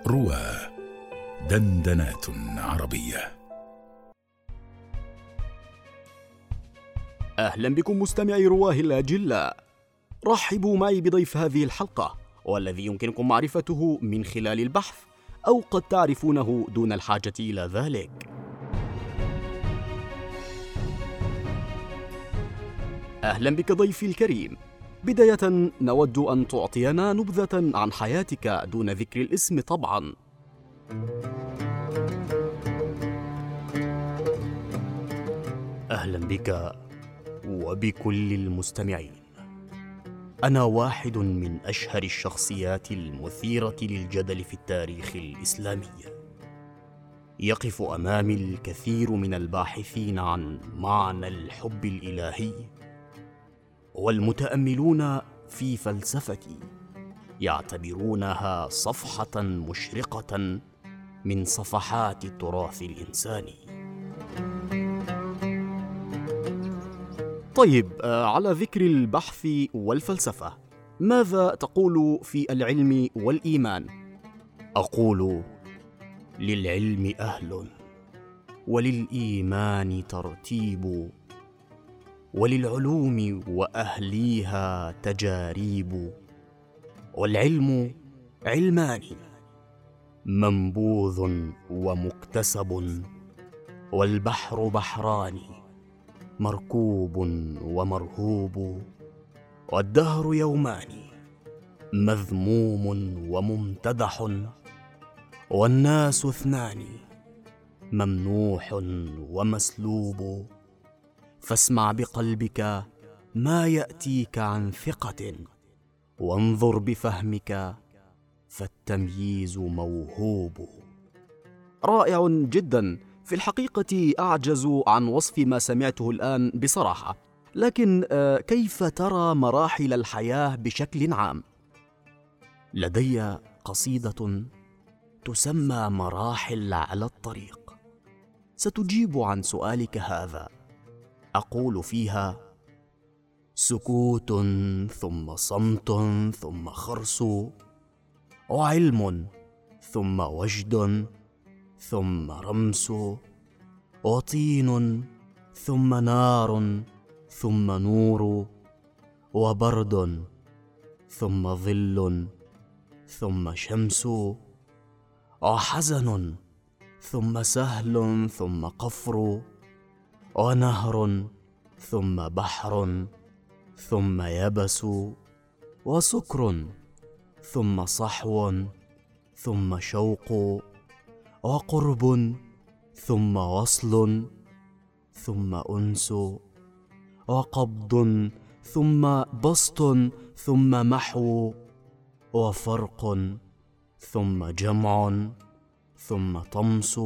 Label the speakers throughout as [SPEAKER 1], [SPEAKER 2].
[SPEAKER 1] روى دندنات عربية.
[SPEAKER 2] أهلا بكم مستمعي رواه الأجلاء. رحبوا معي بضيف هذه الحلقة، والذي يمكنكم معرفته من خلال البحث، أو قد تعرفونه دون الحاجة إلى ذلك. أهلا بك ضيفي الكريم. بداية نود أن تعطينا نبذة عن حياتك دون ذكر الاسم طبعا. أهلا بك وبكل المستمعين. أنا واحد من أشهر الشخصيات المثيرة للجدل في التاريخ الإسلامي. يقف أمامي الكثير من الباحثين عن معنى الحب الإلهي، والمتأملون في فلسفتي يعتبرونها صفحة مشرقة من صفحات التراث الإنساني. طيب، على ذكر البحث والفلسفة، ماذا تقول في العلم والإيمان؟ أقول: للعلم أهل، وللإيمان ترتيب، وللعلوم وأهليها تجاريب، والعلم علمان، منبوذ ومكتسب، والبحر بحران، مركوب ومرهوب، والدهر يومان، مذموم وممتدح، والناس اثنان، ممنوح ومسلوب. فاسمع بقلبك ما يأتيك عن ثقة، وانظر بفهمك فالتمييز موهوب. رائع جدا. في الحقيقة أعجز عن وصف ما سمعته الآن بصراحة، لكن كيف ترى مراحل الحياة بشكل عام؟ لدي قصيدة تسمى مراحل على الطريق، ستجيب عن سؤالك هذا. أقول فيها: سكوت ثم صمت ثم خرس، وعلم ثم وجد ثم رمس، وطين ثم نار ثم نور، وبرد ثم ظل ثم شمس، وحزن ثم سهل ثم قفر، ونهر ثم بحر ثم يبس، وسكر ثم صحو ثم شوق، وقرب ثم وصل ثم أنس، وقبض ثم بسط ثم محو، وفرق ثم جمع ثم طمس.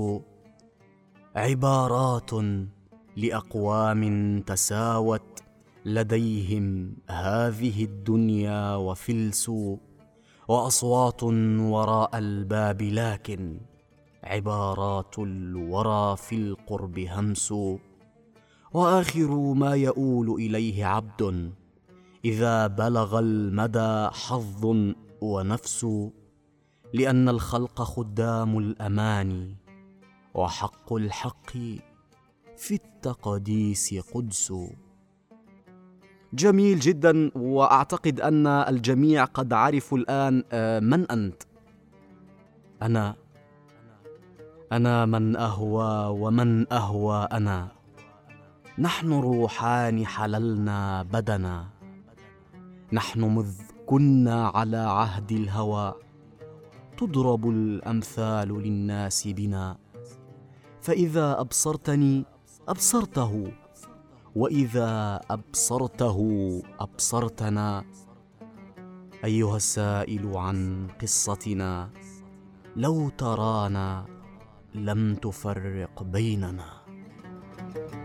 [SPEAKER 2] عبارات لأقوام تساوت لديهم هذه الدنيا وفلس، وأصوات وراء الباب، لكن عبارات الورى في القرب همس. وآخر ما يؤول إليه عبد إذا بلغ المدى حظ ونفس، لأن الخلق خدام الأماني، وحق الحق في التقديس قدس. جميل جدا، وأعتقد أن الجميع قد عرفوا الآن من أنت. أنا من أهوى ومن أهوى أنا، نحن روحان حللنا بدنا، نحن مذ كنا على عهد الهوى، تضرب الأمثال للناس بنا، فإذا أبصرتني أبصرته، وإذا أبصرته أبصرتنا. أيها السائل عن قصتنا، لو ترانا لم تفرق بيننا.